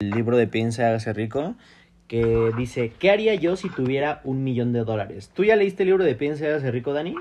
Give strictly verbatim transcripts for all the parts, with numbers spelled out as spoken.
el libro de Piensa y hágase rico, que dice, ¿qué haría yo si tuviera un millón de dólares? ¿Tú ya leíste el libro de Piensa y hágase rico, Dani?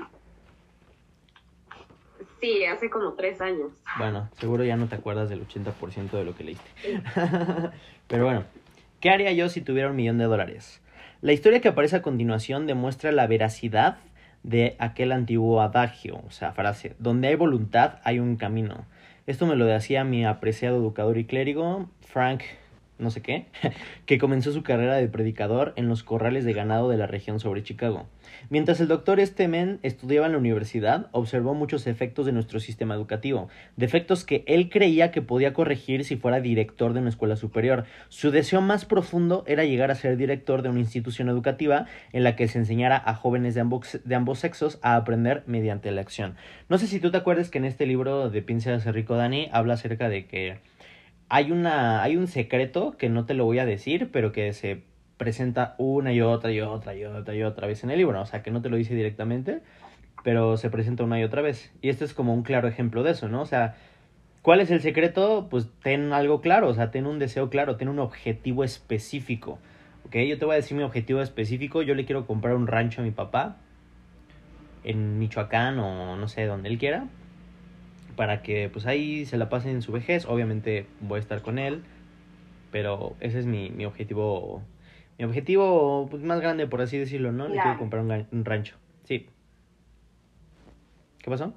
Sí, hace como tres años. Bueno, seguro ya no te acuerdas del ochenta por ciento de lo que leíste. Pero bueno, ¿qué haría yo si tuviera un millón de dólares? La historia que aparece a continuación demuestra la veracidad de aquel antiguo adagio, o sea, frase, donde hay voluntad hay un camino. Esto me lo decía mi apreciado educador y clérigo, Frank, no sé qué, que comenzó su carrera de predicador en los corrales de ganado de la región sobre Chicago. Mientras el doctor Estemen estudiaba en la universidad, observó muchos efectos de nuestro sistema educativo, defectos que él creía que podía corregir si fuera director de una escuela superior. Su deseo más profundo era llegar a ser director de una institución educativa en la que se enseñara a jóvenes de ambos, de ambos sexos a aprender mediante la acción. No sé si tú te acuerdas que en este libro de Piensa y hágase rico, Dani, habla acerca de que hay una hay un secreto que no te lo voy a decir, pero que se presenta una y otra y otra y otra y otra vez en el libro, o sea, que no te lo dice directamente, pero se presenta una y otra vez. Y este es como un claro ejemplo de eso, ¿no? O sea, ¿cuál es el secreto? Pues ten algo claro, o sea, ten un deseo claro, ten un objetivo específico. ¿Ok? Yo te voy a decir mi objetivo específico. Yo le quiero comprar un rancho a mi papá en Michoacán o no sé, donde él quiera, para que pues ahí se la pase en su vejez. Obviamente voy a estar con él, pero ese es mi, mi objetivo, mi objetivo pues, más grande, por así decirlo, ¿no? Le Claro. quiero comprar un, un rancho. Sí. ¿Qué pasó?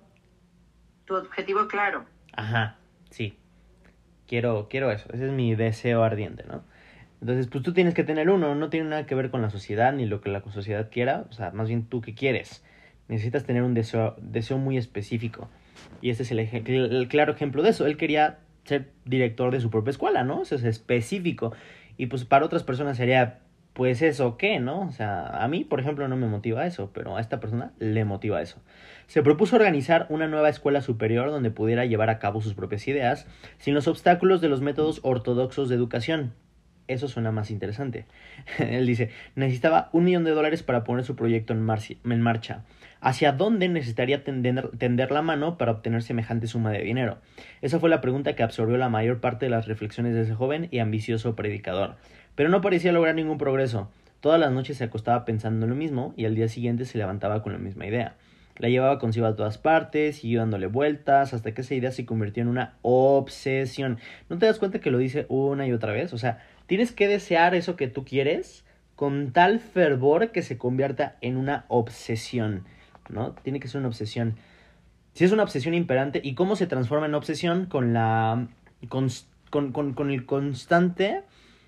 Tu objetivo claro. Ajá, sí. Quiero, quiero eso. Ese es mi deseo ardiente, ¿no? Entonces, pues tú tienes que tener uno. No tiene nada que ver con la sociedad ni lo que la sociedad quiera. O sea, más bien tú qué quieres. Necesitas tener un deseo, deseo muy específico. Y este es el, ej- el, el claro ejemplo de eso. Él quería ser director de su propia escuela, ¿no? Eso es específico. Y pues para otras personas sería, pues eso, ¿qué, no? O sea, a mí, por ejemplo, no me motiva eso, pero a esta persona le motiva eso. Se propuso organizar una nueva escuela superior donde pudiera llevar a cabo sus propias ideas, sin los obstáculos de los métodos ortodoxos de educación. Eso suena más interesante. Él dice, necesitaba un millón de dólares para poner su proyecto en, marci- en marcha. ¿Hacia dónde necesitaría tender, tender la mano para obtener semejante suma de dinero? Esa fue la pregunta que absorbió la mayor parte de las reflexiones de ese joven y ambicioso predicador. Pero no parecía lograr ningún progreso. Todas las noches se acostaba pensando en lo mismo y al día siguiente se levantaba con la misma idea. La llevaba consigo a todas partes, siguió dándole vueltas, hasta que esa idea se convirtió en una obsesión. ¿No te das cuenta que lo dice una y otra vez? O sea, tienes que desear eso que tú quieres con tal fervor que se convierta en una obsesión, ¿no? Tiene que ser una obsesión. Si es una obsesión imperante, ¿y cómo se transforma en obsesión? Con la... con, con, con, con el constante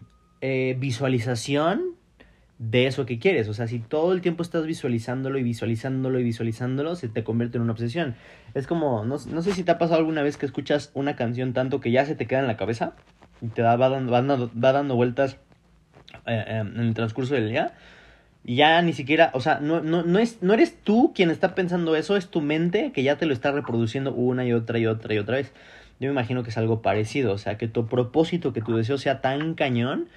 eh, visualización de eso que quieres. O sea, si todo el tiempo estás visualizándolo y visualizándolo y visualizándolo, se te convierte en una obsesión. Es como, no, no sé si te ha pasado alguna vez que escuchas una canción tanto que ya se te queda en la cabeza y te da, va, dando, va, dando, va dando vueltas eh, eh, en el transcurso del día. Y ya ni siquiera, o sea, no, no, no, es, no eres tú quien está pensando eso, es tu mente que ya te lo está reproduciendo una y otra y otra y otra vez. Yo me imagino que es algo parecido, o sea, que tu propósito, que tu deseo sea tan cañón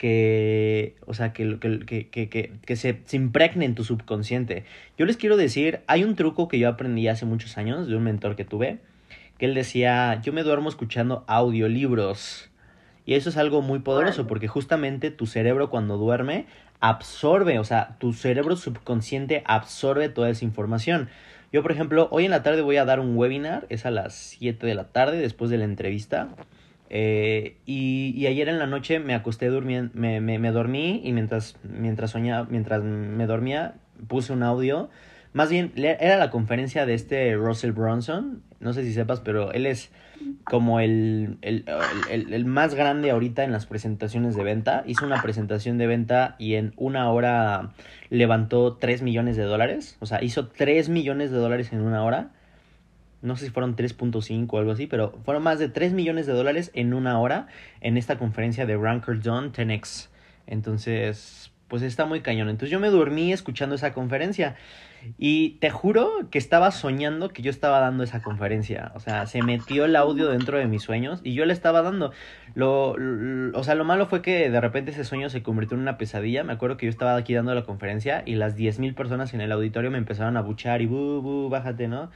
que, o sea, que, que, que, que, que, que se, se impregne en tu subconsciente. Yo les quiero decir, hay un truco que yo aprendí hace muchos años de un mentor que tuve, que él decía, yo me duermo escuchando audiolibros. Y eso es algo muy poderoso porque justamente tu cerebro cuando duerme absorbe, o sea, tu cerebro subconsciente absorbe toda esa información. Yo, por ejemplo, hoy en la tarde voy a dar un webinar, es a las siete de la tarde después de la entrevista. Eh, y, y ayer en la noche me acosté durmiendo, me, me, me dormí y mientras, mientras soñaba, mientras me dormía puse un audio. Más bien, era la conferencia de este Russell Brunson, no sé si sepas, pero él es como el, el, el, el más grande ahorita en las presentaciones de venta. Hizo una presentación de venta y en una hora levantó tres millones de dólares. O sea, hizo tres millones de dólares en una hora. No sé si fueron tres punto cinco o algo así, pero fueron más de tres millones de dólares en una hora en esta conferencia de Ranker Zone diez X. Entonces, pues está muy cañón. Entonces yo me dormí escuchando esa conferencia y te juro que estaba soñando que yo estaba dando esa conferencia. O sea, se metió el audio dentro de mis sueños y yo le estaba dando. Lo, lo, o sea, lo malo fue que de repente ese sueño se convirtió en una pesadilla. Me acuerdo que yo estaba aquí dando la conferencia y las diez mil personas en el auditorio me empezaron a buchar y bu, bu, bájate, ¿no?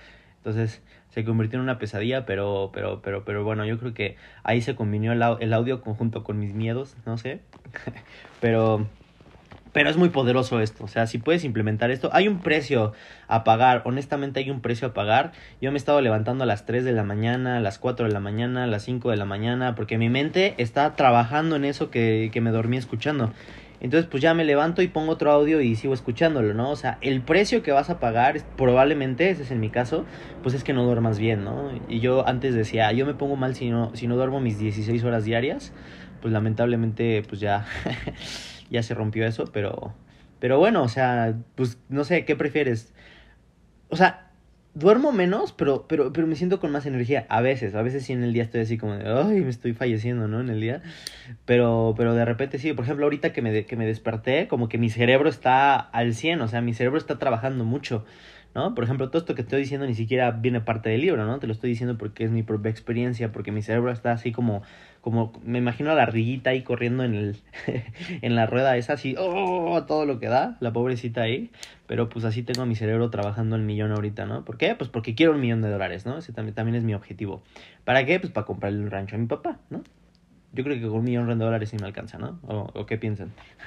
Entonces se convirtió en una pesadilla, pero, pero, pero, pero bueno, yo creo que ahí se combinó el, au- el audio conjunto con mis miedos, no sé. pero, pero es muy poderoso esto. O sea, si puedes implementar esto, hay un precio a pagar. Honestamente hay un precio a pagar. Yo me he estado levantando a las tres de la mañana, a las cuatro de la mañana, a las cinco de la mañana, porque mi mente está trabajando en eso que, que me dormí escuchando. Entonces pues ya me levanto y pongo otro audio y sigo escuchándolo, ¿no? O sea, el precio que vas a pagar, es- probablemente, ese es en mi caso, pues es que no duermas bien, ¿no? Y yo antes decía, yo me pongo mal si no, si no duermo mis dieciséis horas diarias, pues lamentablemente pues ya, ya se rompió eso, pero, pero bueno, o sea, pues no sé, ¿qué prefieres? O sea, duermo menos, pero, pero, pero me siento con más energía. A veces, a veces sí en el día estoy así como de, ay, me estoy falleciendo, ¿no? En el día. Pero, pero de repente sí, por ejemplo, ahorita que me, de- que me desperté, como que mi cerebro está al cien, o sea, mi cerebro está trabajando mucho, ¿no? Por ejemplo, todo esto que te estoy diciendo ni siquiera viene parte del libro, ¿no? Te lo estoy diciendo porque es mi propia experiencia, porque mi cerebro está así como, como, me imagino a la ardillita ahí corriendo en el, en la rueda esa, así, oh, todo lo que da, la pobrecita ahí, pero pues así tengo a mi cerebro trabajando el millón ahorita, ¿no? ¿Por qué? Pues porque quiero un millón de dólares, ¿no? Ese también, también es mi objetivo. ¿Para qué? Pues para comprarle un rancho a mi papá, ¿no? Yo creo que con un millón de dólares sí me alcanza, ¿no? ¿O, o qué piensan?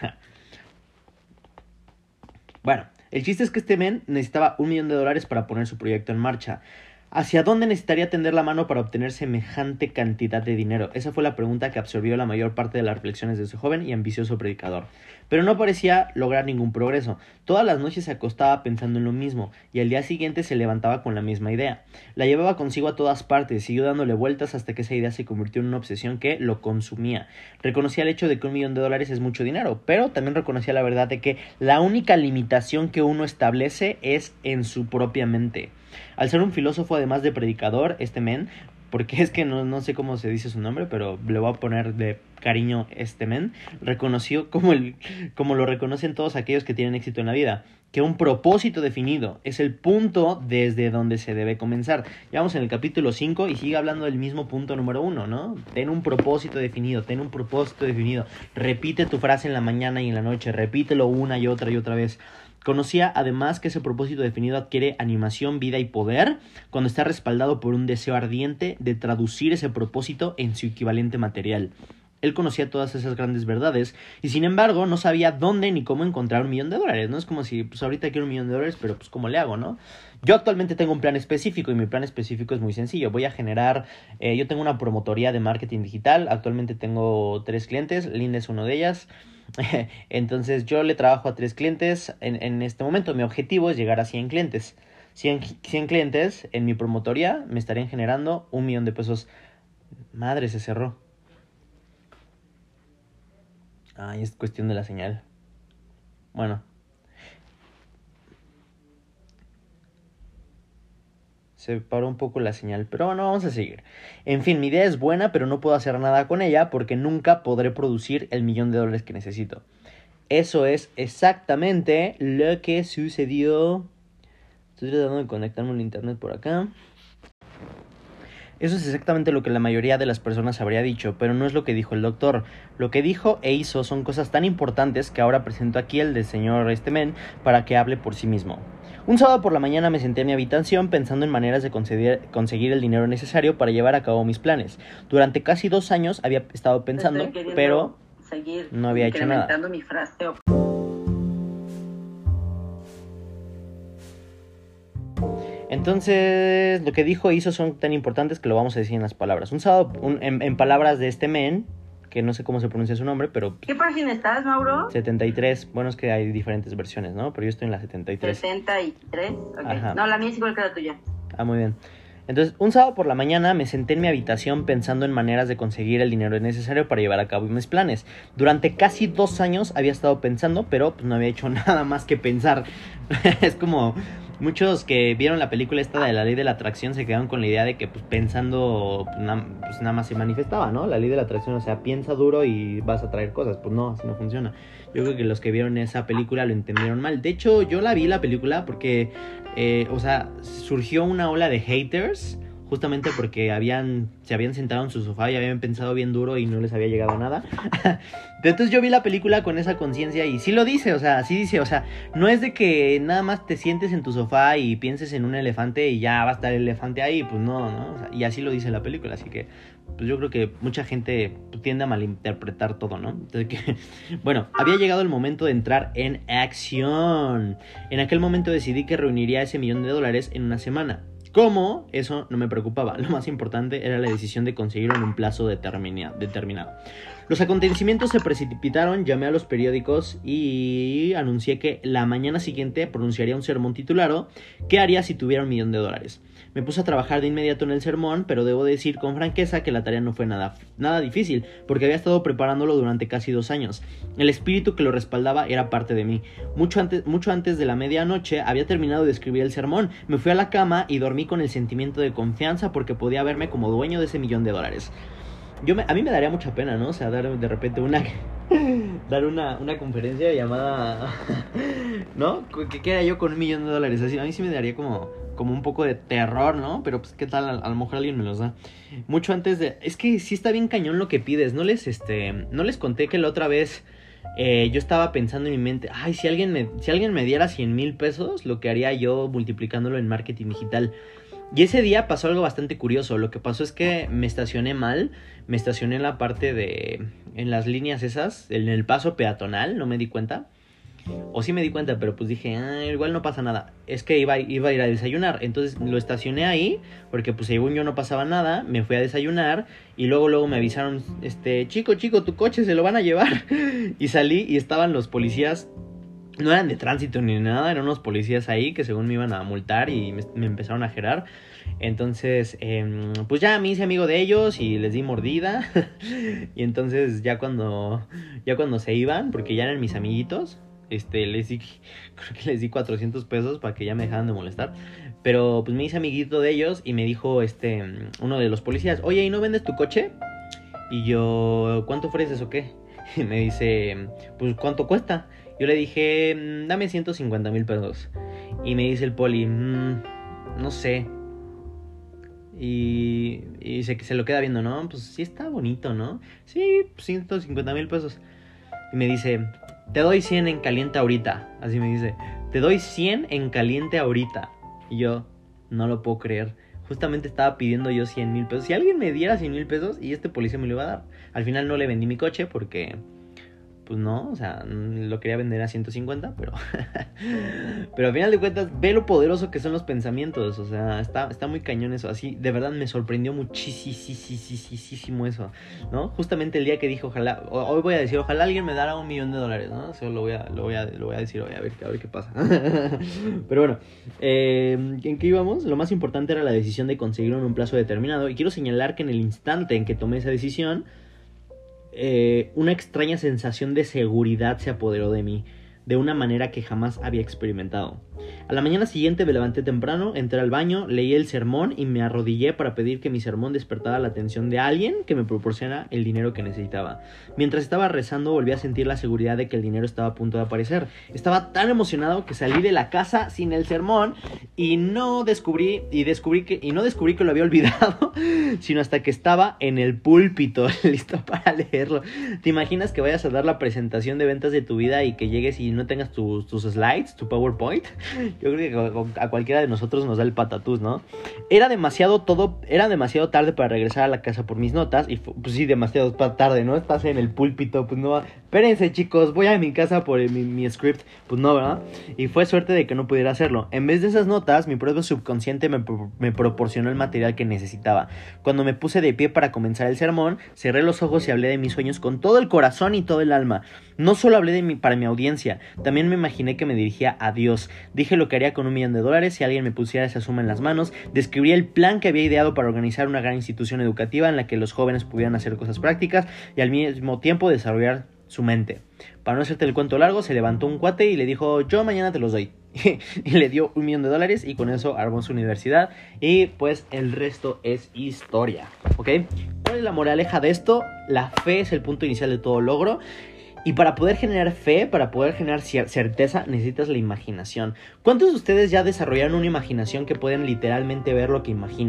Bueno, el chiste es que este men necesitaba un millón de dólares para poner su proyecto en marcha. ¿Hacia dónde necesitaría tender la mano para obtener semejante cantidad de dinero? Esa fue la pregunta que absorbió la mayor parte de las reflexiones de ese joven y ambicioso predicador. Pero no parecía lograr ningún progreso. Todas las noches se acostaba pensando en lo mismo, y al día siguiente se levantaba con la misma idea. La llevaba consigo a todas partes, siguió dándole vueltas hasta que esa idea se convirtió en una obsesión que lo consumía. Reconocía el hecho de que un millón de dólares es mucho dinero, pero también reconocía la verdad de que la única limitación que uno establece es en su propia mente. Al ser un filósofo además de predicador, este men, porque es que no, no sé cómo se dice su nombre, pero le voy a poner de cariño este men, reconoció como, el, como lo reconocen todos aquellos que tienen éxito en la vida, que un propósito definido es el punto desde donde se debe comenzar. Ya vamos en el capítulo cinco y sigue hablando del mismo punto número uno, ¿no? Ten un propósito definido, ten un propósito definido. Repite tu frase en la mañana y en la noche, repítelo una y otra y otra vez. Conocía además que ese propósito definido adquiere animación, vida y poder cuando está respaldado por un deseo ardiente de traducir ese propósito en su equivalente material. Él conocía todas esas grandes verdades y sin embargo no sabía dónde ni cómo encontrar un millón de dólares, ¿no? Es como si, pues ahorita quiero un millón de dólares, pero pues ¿cómo le hago, no? Yo actualmente tengo un plan específico y mi plan específico es muy sencillo. Voy a generar, eh, yo tengo una promotoría de marketing digital, actualmente tengo tres clientes, Linda es uno de ellas. Entonces yo le trabajo a tres clientes en, en este momento. Mi objetivo es llegar a cien clientes. cien, cien clientes en mi promotoría me estarían generando un millón de pesos. Madre, se cerró. Ay, es cuestión de la señal. Bueno. Se paró un poco la señal, pero bueno, vamos a seguir. En fin, mi idea es buena, pero no puedo hacer nada con ella porque nunca podré producir el millón de dólares que necesito. Eso es exactamente lo que sucedió. Estoy tratando de conectarme al internet por acá. Eso es exactamente lo que la mayoría de las personas habría dicho, pero no es lo que dijo el doctor. Lo que dijo e hizo son cosas tan importantes que ahora presento aquí el del señor este men para que hable por sí mismo. Un sábado por la mañana me senté en mi habitación pensando en maneras de conseguir, conseguir el dinero necesario para llevar a cabo mis planes. Durante casi dos años había estado pensando, pero seguir no había hecho nada. incrementando mi frase. Entonces, lo que dijo e hizo son tan importantes que lo vamos a decir en las palabras. Un sábado, un, en, en palabras de este men, que no sé cómo se pronuncia su nombre, pero... ¿Qué página estás, Mauro? setenta y tres. Bueno, es que hay diferentes versiones, ¿no? Pero yo estoy en la setenta y tres. setenta y tres. Okay. Ajá. No, la mía es igual que la tuya. Ah, muy bien. Entonces, un sábado por la mañana me senté en mi habitación pensando en maneras de conseguir el dinero necesario para llevar a cabo mis planes. Durante casi dos años había estado pensando, pero pues no había hecho nada más que pensar. Es como muchos que vieron la película esta de la ley de la atracción se quedaron con la idea de que pues pensando pues, na- pues nada más se manifestaba, ¿no? La ley de la atracción, o sea, piensa duro y vas a traer cosas. Pues no, así no funciona. Yo creo que los que vieron esa película lo entendieron mal. De hecho, yo la vi la película porque... Eh, o sea, surgió una ola de haters, o justamente porque habían se habían sentado en su sofá y habían pensado bien duro y no les había llegado nada. Entonces yo vi la película con esa conciencia y sí lo dice, o sea, sí dice, o sea, no es de que nada más te sientes en tu sofá y pienses en un elefante y ya va a estar el elefante ahí, pues no, ¿no? O sea, y así lo dice la película, así que pues yo creo que mucha gente tiende a malinterpretar todo, ¿no? Entonces, que, bueno, había llegado el momento de entrar en acción. En aquel momento decidí que reuniría ese millón de dólares en una semana. ¿Cómo? Eso no me preocupaba. Lo más importante era la decisión de conseguirlo en un plazo determina- determinado. Los acontecimientos se precipitaron, llamé a los periódicos y anuncié que la mañana siguiente pronunciaría un sermón titulado ¿Qué haría si tuviera un millón de dólares? Me puse a trabajar de inmediato en el sermón, pero debo decir con franqueza que la tarea no fue nada, nada difícil, porque había estado preparándolo durante casi dos años. El espíritu que lo respaldaba era parte de mí. Mucho antes, mucho antes de la medianoche había terminado de escribir el sermón. Me fui a la cama y dormí con el sentimiento de confianza porque podía verme como dueño de ese millón de dólares. Yo me, a mí me daría mucha pena, ¿no? O sea, dar de repente una... dar una, una conferencia llamada... ¿no? ¿Qué queda yo con un millón de dólares? Así, a mí sí me daría como... como un poco de terror, ¿no? Pero pues qué tal, a, a lo mejor alguien me los da. Mucho antes de... Es que sí está bien cañón lo que pides. No les, este... No les conté que la otra vez... Eh, yo estaba pensando en mi mente... Ay, si alguien me, si alguien me diera cien mil pesos... Lo que haría yo multiplicándolo en marketing digital. Y ese día pasó algo bastante curioso. Lo que pasó es que me estacioné mal. Me estacioné en la parte de... En las líneas esas. En el paso peatonal. No me di cuenta. O sí me di cuenta, pero pues dije, ah, igual no pasa nada. Es que iba, iba a ir a desayunar. Entonces lo estacioné ahí, porque pues según yo no pasaba nada. Me fui a desayunar y luego luego me avisaron, este, chico, chico, tu coche se lo van a llevar. Y salí y estaban los policías. No eran de tránsito ni nada, eran unos policías ahí que según me iban a multar y me, me empezaron a jerar. Entonces, eh, pues ya me hice amigo de ellos y les di mordida. Y entonces ya cuando, ya cuando se iban, porque ya eran mis amiguitos, este, les di, creo que les di cuatrocientos pesos para que ya me dejaran de molestar. Pero pues me hice amiguito de ellos y me dijo este, uno de los policías, oye, ¿y no vendes tu coche? Y yo, ¿cuánto ofreces o qué? Y me dice, pues ¿cuánto cuesta? Yo le dije, dame ciento cincuenta mil pesos. Y me dice el poli, mmm, no sé. Y, y se, se lo queda viendo, ¿no? Pues sí está bonito, ¿no? Sí, ciento cincuenta mil pesos. Y me dice, te doy cien en caliente ahorita. Así me dice, te doy cien en caliente ahorita. Y yo, no lo puedo creer. Justamente estaba pidiendo yo cien mil pesos. Si alguien me diera cien mil pesos y este policía me lo iba a dar. Al final no le vendí mi coche porque... Pues no, o sea, lo quería vender a ciento cincuenta, pero... pero al final de cuentas, ve lo poderoso que son los pensamientos. O sea, está, está muy cañón eso. Así, de verdad me sorprendió muchísimo eso, ¿no? Justamente el día que dije, ojalá... Hoy voy a decir, ojalá alguien me dara un millón de dólares, ¿no? Eso lo voy a, lo voy a, lo voy a decir hoy, a ver, a ver qué pasa. Pero bueno, eh, ¿en qué íbamos? Lo más importante era la decisión de conseguirlo en un plazo determinado. Y quiero señalar que en el instante en que tomé esa decisión... Eh, una extraña sensación de seguridad se apoderó de mí, de una manera que jamás había experimentado. A la mañana siguiente me levanté temprano, entré al baño, leí el sermón y me arrodillé para pedir que mi sermón despertara la atención de alguien que me proporciona el dinero que necesitaba. Mientras estaba rezando volví a sentir la seguridad de que el dinero estaba a punto de aparecer. Estaba tan emocionado que salí de la casa sin el sermón y no descubrí y descubrí que y no descubrí que lo había olvidado, sino hasta que estaba en el púlpito listo para leerlo. ¿Te imaginas que vayas a dar la presentación de ventas de tu vida y que llegues y no tengas tus, tus slides, tu PowerPoint? Yo creo que a cualquiera de nosotros nos da el patatús, ¿no? Era demasiado todo, era demasiado tarde para regresar a la casa por mis notas. Y pues sí, demasiado tarde, ¿no? Estás en el púlpito, pues no. Espérense, chicos, voy a mi casa por mi, mi script. Pues no, ¿verdad? Y fue suerte de que no pudiera hacerlo. En vez de esas notas, mi propio subconsciente me, me proporcionó el material que necesitaba. Cuando me puse de pie para comenzar el sermón, cerré los ojos y hablé de mis sueños con todo el corazón y todo el alma. No solo hablé de mi, para mi audiencia, también me imaginé que me dirigía a Dios. Dije lo que haría con un millón de dólares si alguien me pusiera esa suma en las manos. Describí el plan que había ideado para organizar una gran institución educativa en la que los jóvenes pudieran hacer cosas prácticas y al mismo tiempo desarrollar su mente. Para no hacerte el cuento largo, se levantó un cuate y le dijo, yo mañana te los doy. Y le dio un millón de dólares y con eso armó su universidad. Y pues el resto es historia, ¿ok? ¿Cuál es la moraleja de esto? La fe es el punto inicial de todo logro. Y para poder generar fe, para poder generar certeza, necesitas la imaginación. ¿Cuántos de ustedes ya desarrollaron una imaginación que pueden literalmente ver lo que imaginan?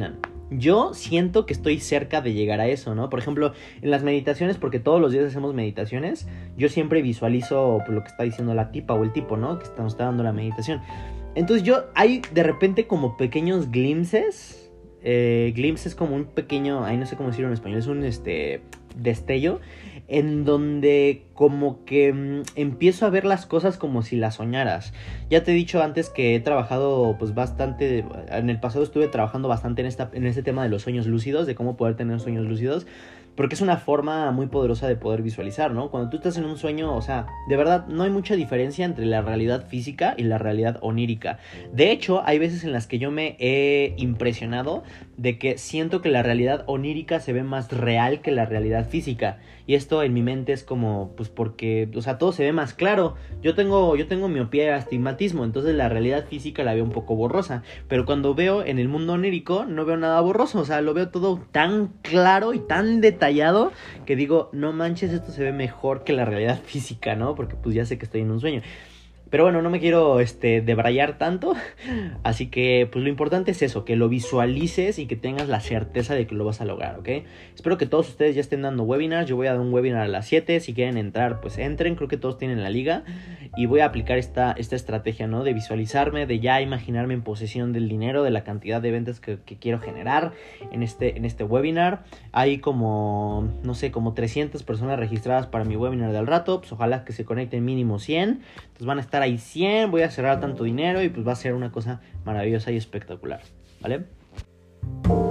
yo siento que estoy cerca de llegar a eso, ¿no? Por ejemplo, en las meditaciones, porque todos los días hacemos meditaciones, yo siempre visualizo lo que está diciendo la tipa o el tipo, ¿no? Que nos está dando la meditación. Entonces yo, hay de repente como pequeños glimpses, eh, glimpses como un pequeño, ahí no sé cómo decirlo en español, es un este destello, en donde como que mmm, empiezo a ver las cosas como si las soñaras. Ya te he dicho antes que he trabajado pues bastante, en el pasado estuve trabajando bastante en, esta, en este tema de los sueños lúcidos, de cómo poder tener sueños lúcidos, porque es una forma muy poderosa de poder visualizar, ¿no? Cuando tú estás en un sueño, o sea, de verdad no hay mucha diferencia entre la realidad física y la realidad onírica. De hecho, hay veces en las que yo me he impresionado de que siento que la realidad onírica se ve más real que la realidad física. Y esto en mi mente es como, pues porque, o sea, todo se ve más claro. Yo tengo, yo tengo miopía y astigmatismo, entonces la realidad física la veo un poco borrosa. Pero cuando veo en el mundo onírico, no veo nada borroso. O sea, lo veo todo tan claro y tan detallado que digo, no manches, esto se ve mejor que la realidad física, ¿no? Porque pues ya sé que estoy en un sueño. Pero bueno, no me quiero este, debrayar tanto, así que pues lo importante es eso, que lo visualices y que tengas la certeza de que lo vas a lograr, ¿ok? Espero que todos ustedes ya estén dando webinars, yo voy a dar un webinar a las siete, si quieren entrar pues entren, creo que todos tienen la liga y voy a aplicar esta, esta estrategia, ¿no? De visualizarme, de ya imaginarme en posesión del dinero, de la cantidad de ventas que, que quiero generar en este, en este webinar. Hay como, no sé, como trescientas personas registradas para mi webinar del rato, pues ojalá que se conecten mínimo cien, entonces van a estar ahí cien, voy a cerrar tanto dinero y pues va a ser una cosa maravillosa y espectacular, ¿vale?